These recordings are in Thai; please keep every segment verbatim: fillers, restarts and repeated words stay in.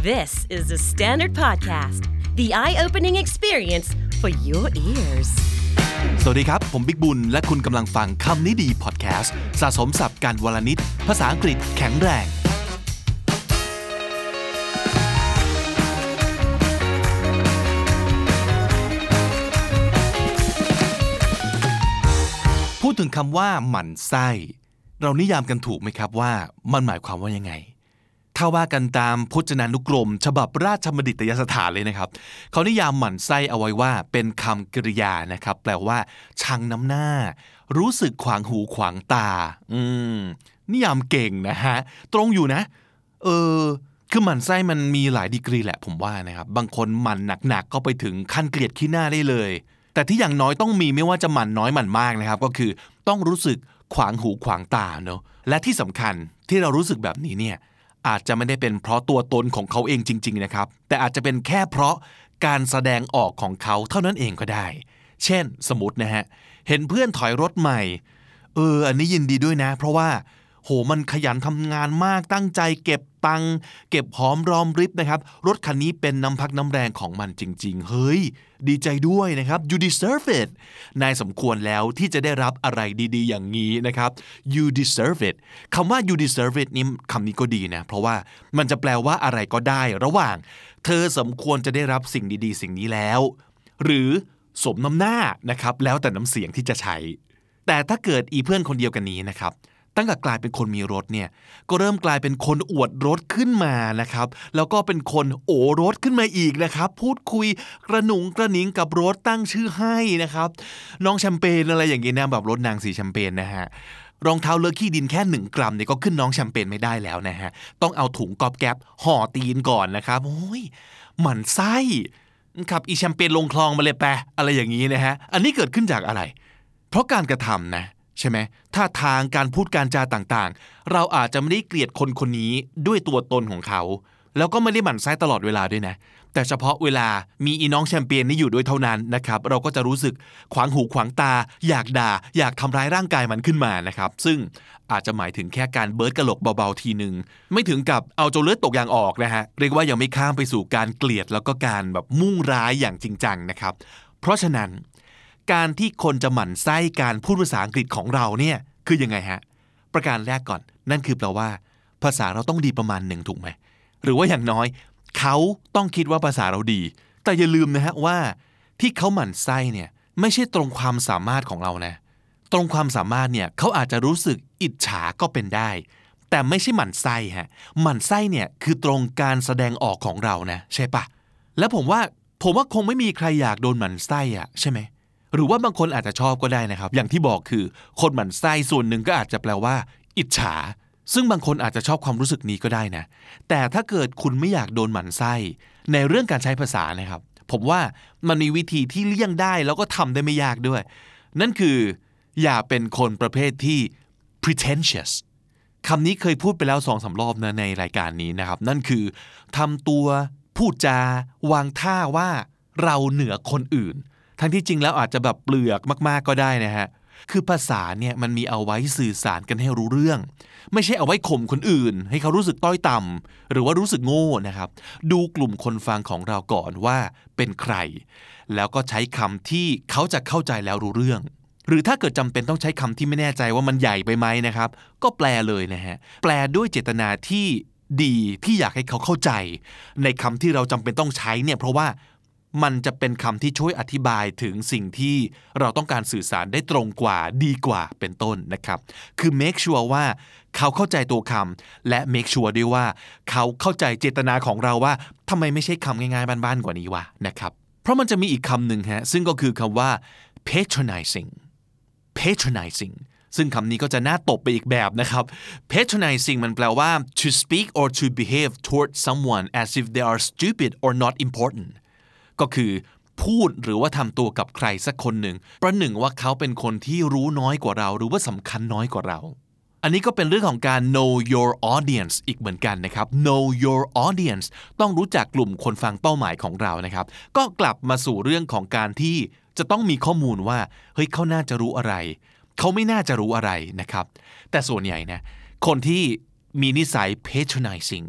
This is the Standard Podcast, the eye-opening experience for your ears. สวัสดีครับผมบิ๊กบุญและคุณกำลังฟังคำนี้ดีพอดแคสต์สะสมศัพท์กันวลนิดภาษาอังกฤษแข็งแรงพูดถึงคำว่าหมั่นไส้เรานิยามกันถูกไหมครับว่ามันหมายความว่ายังไงถ้าว่ากันตามพจนานุกรมฉบับราชบัณฑิตยสถานเลยนะครับเขานิยามหมั่นไส้เอาไว้ว่าเป็นคำกริยานะครับแปลว่าชังน้ำหน้ารู้สึกขวางหูขวางตาอืมนิยามเก่งนะฮะตรงอยู่นะเออคือหมั่นไส้มันมีหลายดีกรีแหละผมว่านะครับบางคนหมั่นหนักๆก็ไปถึงขั้นเกลียดขี้หน้าได้เลยแต่ที่อย่างน้อยต้องมีไม่ว่าจะหมั่นน้อยหมั่นมากนะครับก็คือต้องรู้สึกขวางหูขวางตาเนอะและที่สำคัญที่เรารู้สึกแบบนี้เนี่ยอาจจะไม่ได้เป็นเพราะตัวตนของเขาเองจริงๆนะครับแต่อาจจะเป็นแค่เพราะการแสดงออกของเขาเท่านั้นเองก็ได้เช่นสมมตินะฮะเห็นเพื่อนถอยรถใหม่เอออันนี้ยินดีด้วยนะเพราะว่าโหมันขยันทำงานมากตั้งใจเก็บตังค์เก็บหอมรอมริบนะครับรถคันนี้เป็นน้ำพักน้ำแรงของมันจริงๆเฮ้ยดีใจด้วยนะครับ you deserve it นายสมควรแล้วที่จะได้รับอะไรดีๆอย่างนี้นะครับ you deserve it คำว่า you deserve it นี่คำนี้ก็ดีนะเพราะว่ามันจะแปลว่าอะไรก็ได้ระหว่างเธอสมควรจะได้รับสิ่งดีๆสิ่งนี้แล้วหรือสมน้ำหน้านะครับแล้วแต่น้ำเสียงที่จะใช้แต่ถ้าเกิดอีเพื่อนคนเดียวกันนี้นะครับตั้งแต่กลายเป็นคนมีรถเนี่ยก็เริ่มกลายเป็นคนอวดรถขึ้นมานะครับแล้วก็เป็นคนโอ๋รถขึ้นมาอีกนะครับพูดคุยกระหนุงกระหนิงกับรถตั้งชื่อให้นะครับน้องแชมเปญอะไรอย่างเงี้ยนะแบบรถนางสีแชมเปญนะฮะรองเท้าเลอะขี้ดินแค่หนึ่งกรัมเนี่ยก็ขึ้นน้องแชมเปญไม่ได้แล้วนะฮะต้องเอาถุงกอบแก๊บห่อตีนก่อนนะครับโอ้ยหมั่นไส้ขับอีแชมเปญลงคลองมาเลยแปะอะไรอย่างนี้นะฮะอันนี้เกิดขึ้นจากอะไรเพราะการกระทำนะใช่ไหมท่าทางการพูดการจาต่างๆเราอาจจะไม่ได้เกลียดคนคนนี้ด้วยตัวตนของเขาแล้วก็ไม่ได้หมั่นไส้ตลอดเวลาด้วยนะแต่เฉพาะเวลามีอีน้องแชมเปญนี่อยู่ด้วยเท่านั้นนะครับเราก็จะรู้สึกขวางหูขวางตาอยากด่าอยากทำร้ายร่างกายมันขึ้นมานะครับซึ่งอาจจะหมายถึงแค่การเบิร์ดกระโหลกเบาๆทีนึงไม่ถึงกับเอาจนเลือดตกยางออกนะฮะเรียกว่ายังไม่ข้ามไปสู่การเกลียดแล้วก็การแบบมุ่งร้ายอย่างจริงจังนะครับเพราะฉะนั้นการที่คนจะหมั่นไส้การพูดภาษาอังกฤษของเราเนี่ยคือยังไงฮะประการแรกก่อนนั่นคือแปลว่าภาษาเราต้องดีประมาณหนึ่งถูกไหมหรือว่าอย่างน้อยเขาต้องคิดว่าภาษาเราดีแต่อย่าลืมนะฮะว่าที่เขาหมั่นไส้เนี่ยไม่ใช่ตรงความสามารถของเรานะตรงความสามารถเนี่ยเขาอาจจะรู้สึกอิจฉาก็เป็นได้แต่ไม่ใช่หมั่นไส้ฮะหมั่นไส้เนี่ยคือตรงการแสดงออกของเรานะใช่ปะแล้วผมว่าผมว่าคงไม่มีใครอยากโดนหมั่นไส้อ่ะใช่ไหมหรือว่าบางคนอาจจะชอบก็ได้นะครับอย่างที่บอกคือคนหมั่นไส้ส่วนหนึ่งก็อาจจะแปลว่าอิจฉาซึ่งบางคนอาจจะชอบความรู้สึกนี้ก็ได้นะแต่ถ้าเกิดคุณไม่อยากโดนหมั่นไส้ในเรื่องการใช้ภาษานะครับผมว่ามันมีวิธีที่เลี่ยงได้แล้วก็ทำได้ไม่ยากด้วยนั่นคืออย่าเป็นคนประเภทที่ pretentious คำนี้เคยพูดไปแล้ว สองสาม รอบนะในรายการนี้นะครับนั่นคือทำตัวพูดจาวางท่าว่าเราเหนือคนอื่นทั้งที่จริงแล้วอาจจะแบบเปลือกมากๆก็ได้นะฮะคือภาษาเนี่ยมันมีเอาไว้สื่อสารกันให้รู้เรื่องไม่ใช่เอาไว้ข่มคนอื่นให้เขารู้สึกต้อยต่ำหรือว่ารู้สึกโง่นะครับดูกลุ่มคนฟังของเราก่อนว่าเป็นใครแล้วก็ใช้คำที่เขาจะเข้าใจแล้วรู้เรื่องหรือถ้าเกิดจำเป็นต้องใช้คำที่ไม่แน่ใจว่ามันใหญ่ไปไหมนะครับก็แปลเลยนะฮะแปลด้วยเจตนาที่ดีที่อยากให้เขาเข้าใจในคำที่เราจำเป็นต้องใช้เนี่ยเพราะว่ามันจะเป็นคำที่ช่วยอธิบายถึงสิ่งที่เราต้องการสื่อสารได้ตรงกว่าดีกว่าเป็นต้นนะครับคือ make sure ว่าเขาเข้าใจตัวคำและ make sure ด้วยว่าเขาเข้าใจเจตนาของเราว่าทำไมไม่ใช่คำง่ายๆบ้านๆกว่านี้วะนะครับเพราะมันจะมีอีกคำหนึ่งฮะซึ่งก็คือคำว่า patronizing patronizing ซึ่งคำนี้ก็จะน่าตบไปอีกแบบนะครับ patronizing มันแปลว่า to speak or to behave toward someone as if they are stupid or not importantก็คือพูดหรือว่าทำตัวกับใครสักคนหนึ่งประหนึ่งว่าเขาเป็นคนที่รู้น้อยกว่าเราหรือว่าสำคัญน้อยกว่าเราอันนี้ก็เป็นเรื่องของการ know your audience อีกเหมือนกันนะครับ know your audience ต้องรู้จักกลุ่มคนฟังเป้าหมายของเรานะครับก็กลับมาสู่เรื่องของการที่จะต้องมีข้อมูลว่าเฮ้ยเขาน่าจะรู้อะไรเขาไม่น่าจะรู้อะไรนะครับแต่ส่วนใหญ่นะคนที่มีนิสัย patronizing เนี่ย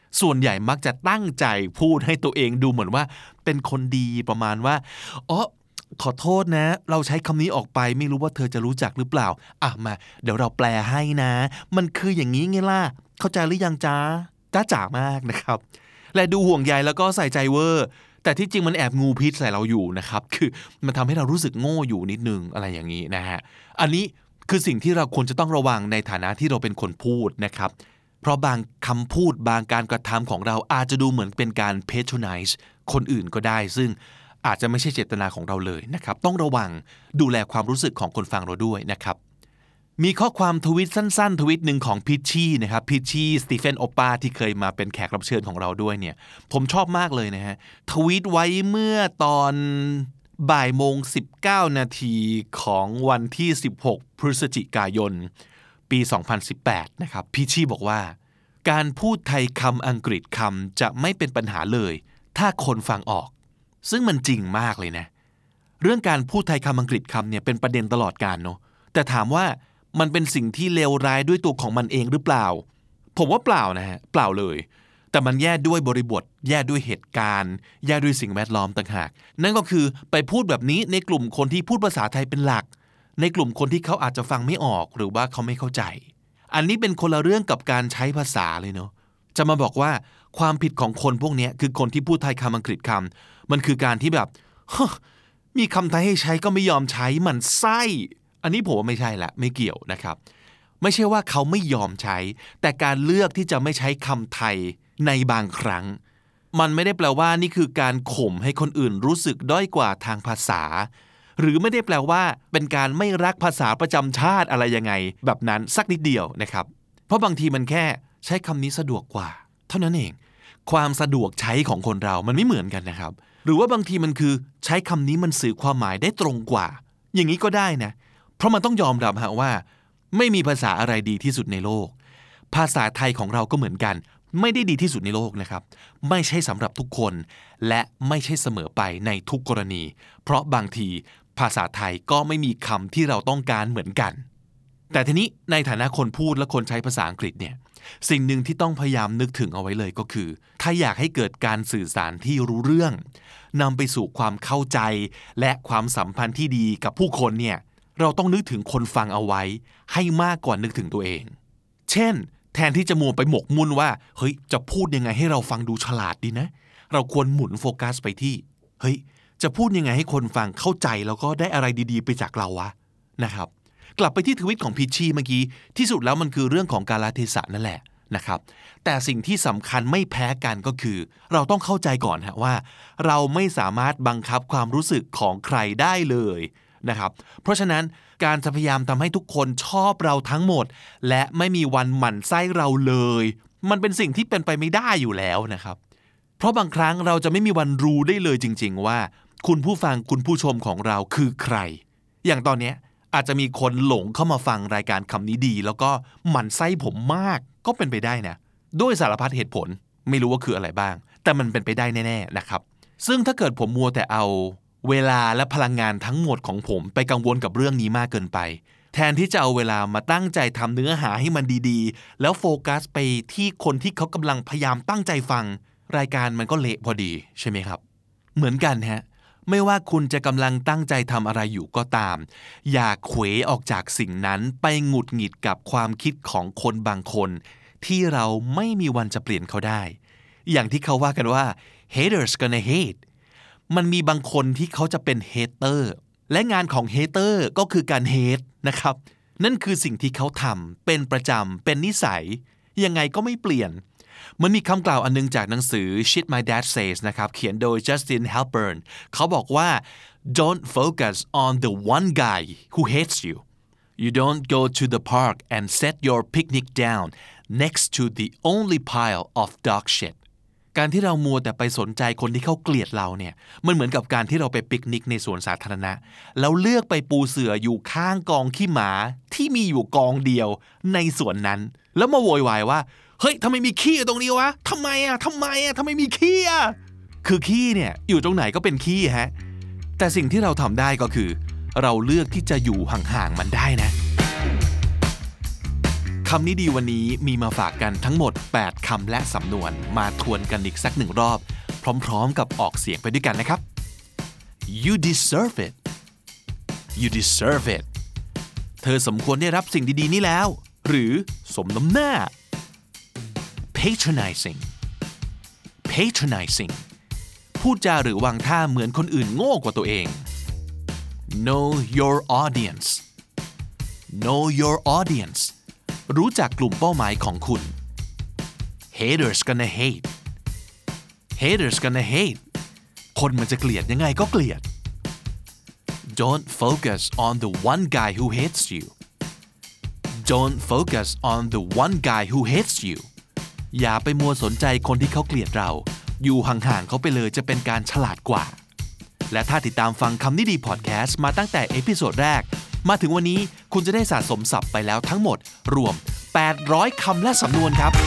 ส่วนใหญ่มักจะตั้งใจพูดให้ตัวเองดูเหมือนว่าเป็นคนดีประมาณว่าอ๋อขอโทษนะเราใช้คำนี้ออกไปไม่รู้ว่าเธอจะรู้จักหรือเปล่าอ่ะมาเดี๋ยวเราแปลให้นะมันคืออย่างนี้ไงล่ะเข้าใจหรือยังจ๊ะจ้าจ๋ามากนะครับและดูห่วงใยแล้วก็ใส่ใจเวอร์แต่ที่จริงมันแอบงูพิษใส่เราอยู่นะครับคือมันทำให้เรารู้สึกโง่อยู่นิดนึงอะไรอย่างนี้นะฮะอันนี้คือสิ่งที่เราควรจะต้องระวังในฐานะที่เราเป็นคนพูดนะครับเพราะบางคำพูดบางการกระทำของเราอาจจะดูเหมือนเป็นการ patronize คนอื่นก็ได้ซึ่งอาจจะไม่ใช่เจตนาของเราเลยนะครับต้องระวังดูแลความรู้สึกของคนฟังเราด้วยนะครับมีข้อความทวิตสั้นๆทวิตหนึ่งของพิชชี่นะครับพิชชี่สตีเฟนโอปาที่เคยมาเป็นแขกรับเชิญของเราด้วยเนี่ยผมชอบมากเลยนะฮะทวีตไว้เมื่อตอนบ่ายโมงสิบเก้านาทีของวันที่สิบหกพฤศจิกายนปีสองพันสิบแปดนะครับพิชชี่บอกว่าการพูดไทยคำอังกฤษคำจะไม่เป็นปัญหาเลยถ้าคนฟังออกซึ่งมันจริงมากเลยนะเรื่องการพูดไทยคำอังกฤษคำเนี่ยเป็นประเด็นตลอดกาลเนาะแต่ถามว่ามันเป็นสิ่งที่เลวร้ายด้วยตัวของมันเองหรือเปล่าผมว่าเปล่านะฮะเปล่าเลยแต่มันแย่ด้วยบริบทแย่ด้วยเหตุการณ์แย่ด้วยสิ่งแวดล้อมต่างหากนั่นก็คือไปพูดแบบนี้ในกลุ่มคนที่พูดภาษาไทยเป็นหลักในกลุ่มคนที่เขาอาจจะฟังไม่ออกหรือว่าเขาไม่เข้าใจอันนี้เป็นคนละเรื่องกับการใช้ภาษาเลยเนาะจะมาบอกว่าความผิดของคนพวกนี้คือคนที่พูดไทยคำอังกฤษคำมันคือการที่แบบมีคำไทยให้ใช้ก็ไม่ยอมใช้มันไส้อันนี้ผมว่าไม่ใช่ละไม่เกี่ยวนะครับไม่ใช่ว่าเขาไม่ยอมใช้แต่การเลือกที่จะไม่ใช้คำไทยในบางครั้งมันไม่ได้แปลว่านี่คือการข่มให้คนอื่นรู้สึกด้อยกว่าทางภาษาหรือไม่ได้แปลว่าเป็นการไม่รักภาษาประจำชาติอะไรยังไงแบบนั้นสักนิดเดียวนะครับเพราะบางทีมันแค่ใช้คำนี้สะดวกกว่าเท่านั้นเองความสะดวกใช้ของคนเรามันไม่เหมือนกันนะครับหรือว่าบางทีมันคือใช้คำนี้มันสื่อความหมายได้ตรงกว่าอย่างนี้ก็ได้นะเพราะมันต้องยอมรับฮะว่าไม่มีภาษาอะไรดีที่สุดในโลกภาษาไทยของเราก็เหมือนกันไม่ได้ดีที่สุดในโลกนะครับไม่ใช่สำหรับทุกคนและไม่ใช่เสมอไปในทุกกรณีเพราะบางทีภาษาไทยก็ไม่มีคำที่เราต้องการเหมือนกันแต่ทีนี้ในฐานะคนพูดและคนใช้ภาษาอังกฤษเนี่ยสิ่งหนึ่งที่ต้องพยายามนึกถึงเอาไว้เลยก็คือถ้าอยากให้เกิดการสื่อสารที่รู้เรื่องนำไปสู่ความเข้าใจและความสัมพันธ์ที่ดีกับผู้คนเนี่ยเราต้องนึกถึงคนฟังเอาไว้ให้มากกว่านึกถึงตัวเองเช่นแทนที่จะมัวไปหมกมุ่นว่าเฮ้ยจะพูดยังไงให้เราฟังดูฉลาดดีนะเราควรหมุนโฟกัสไปที่เฮ้ยจะพูดยังไงให้คนฟังเข้าใจแล้วก็ได้อะไรดีๆไปจากเราวะนะครับกลับไปที่ทวิตของพีชชี่เมื่อกี้ที่สุดแล้วมันคือเรื่องของกาลเทศะนั่นแหละนะครับแต่สิ่งที่สำคัญไม่แพ้กันก็คือเราต้องเข้าใจก่อนฮะว่าเราไม่สามารถบังคับความรู้สึกของใครได้เลยนะครับเพราะฉะนั้นการจะพยายามทำให้ทุกคนชอบเราทั้งหมดและไม่มีวันหมั่นไส้เราเลยมันเป็นสิ่งที่เป็นไปไม่ได้อยู่แล้วนะครับเพราะบางครั้งเราจะไม่มีวันรู้ได้เลยจริงๆว่าคุณผู้ฟังคุณผู้ชมของเราคือใครอย่างตอนนี้อาจจะมีคนหลงเข้ามาฟังรายการคำนี้ดีแล้วก็หมั่นไส้ผมมากก็เป็นไปได้นะด้วยสารพัดเหตุผลไม่รู้ว่าคืออะไรบ้างแต่มันเป็นไปได้แน่ๆนะครับซึ่งถ้าเกิดผมมัวแต่เอาเวลาและพลังงานทั้งหมดของผมไปกังวลกับเรื่องนี้มากเกินไปแทนที่จะเอาเวลามาตั้งใจทำเนื้อหาให้มันดีๆแล้วโฟกัสไปที่คนที่เขากำลังพยายามตั้งใจฟังรายการมันก็เละพอดีใช่ไหมครับเหมือนกันฮะไม่ว่าคุณจะกำลังตั้งใจทำอะไรอยู่ก็ตามอย่าเขวออกจากสิ่งนั้นไปหงุดหงิดกับความคิดของคนบางคนที่เราไม่มีวันจะเปลี่ยนเขาได้อย่างที่เขาว่ากันว่า haters gonna hate มันมีบางคนที่เขาจะเป็น hater และงานของ hater ก็คือการ hate นะครับนั่นคือสิ่งที่เขาทำเป็นประจำเป็นนิสัยยังไงก็ไม่เปลี่ยนมันมีคำกล่าวอันนึงจากหนังสือ Shit My Dad Says นะครับเขียนโดย Justin Halpern เขาบอกว่า Don't focus on the one guy who hates you. You don't go to the park and set your picnic down next to the only pile of dog shit. การที่เรามัวแต่ไปสนใจคนที่เขาเกลียดเราเนี่ยมันเหมือนกับการที่เราไปปิกนิกในสวนสาธารณะแล้วเลือกไปปูเสื่ออยู่ข้างกองขี้หมาที่มีอยู่กองเดียวในสวนนั้นแล้วมาโวยวายว่าเฮ้ยทำไมมีขี้อยู่ตรงนี้วะทำไมอ่ะทำไมอ่ะทำไมมีขี้อ่ะคือขี้เนี่ยอยู่ตรงไหนก็เป็นขี้ฮะแต่สิ่งที่เราทำได้ก็คือเราเลือกที่จะอยู่ห่างๆมันได้นะคำนี้ดีวันนี้มีมาฝากกันทั้งหมดแปดคำและสำนวนมาทวนกันอีกสักหนึ่งรอบพร้อมๆกับออกเสียงไปด้วยกันนะครับ You deserve it You deserve it เธอสมควรได้รับสิ่งดีๆนี้แล้วหรือสมน้ำหน้า Patronizing Patronizing พูดจาหรือวางท่าเหมือนคนอื่นโง่กว่าตัวเอง Know your audience Know your audience รู้จักกลุ่มเป้าหมายของคุณ Haters gonna hate Haters gonna hate คนมันจะเกลียดยังไงก็เกลียด Don't focus on the one guy who hates you Don't focus on the one guy who hates you อย่าไปมัวสนใจคนที่เขาเกลียดเราอยู่ห่างๆเขาไปเลยจะเป็นการฉลาดกว่าและถ้าติดตามฟังคำนี้ดีพอดแคสต์มาตั้งแต่เอพิโซดแรกมาถึงวันนี้คุณจะได้สะสมศัพท์ไปแล้วทั้งหมดรวมแปดร้อยคำและสำนวนครับ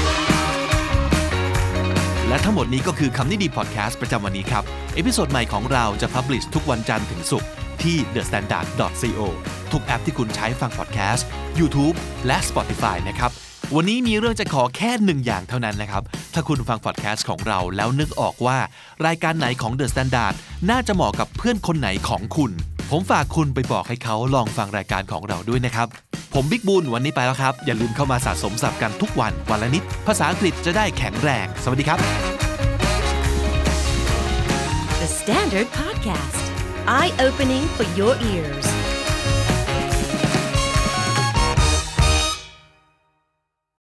และทั้งหมดนี้ก็คือคำนี้ดีพอดแคสต์ประจำวันนี้ครับเอพิโซดใหม่ของเราจะพับลิชทุกวันจันทร์ถึงศุกร์ที่ เดอะ สแตนดาร์ด ดอท ซี โอ ทุกแอปที่คุณใช้ฟังพอดแคสต์ YouTube และ Spotify นะครับวันนี้มีเรื่องจะขอแค่หนึ่งอย่างเท่านั้นนะครับถ้าคุณฟังพอดแคสต์ของเราแล้วนึกออกว่ารายการไหนของ The Standard น่าจะเหมาะกับเพื่อนคนไหนของคุณผมฝากคุณไปบอกให้เขาลองฟังรายการของเราด้วยนะครับผมบิ๊กบุญวันนี้ไปแล้วครับอย่าลืมเข้ามาสะสมศัพท์กันทุกวันวันละนิดภาษาอังกฤษจะได้แข็งแรงสวัสดีครับ The Standard Podcast Eye Opening for Your Ears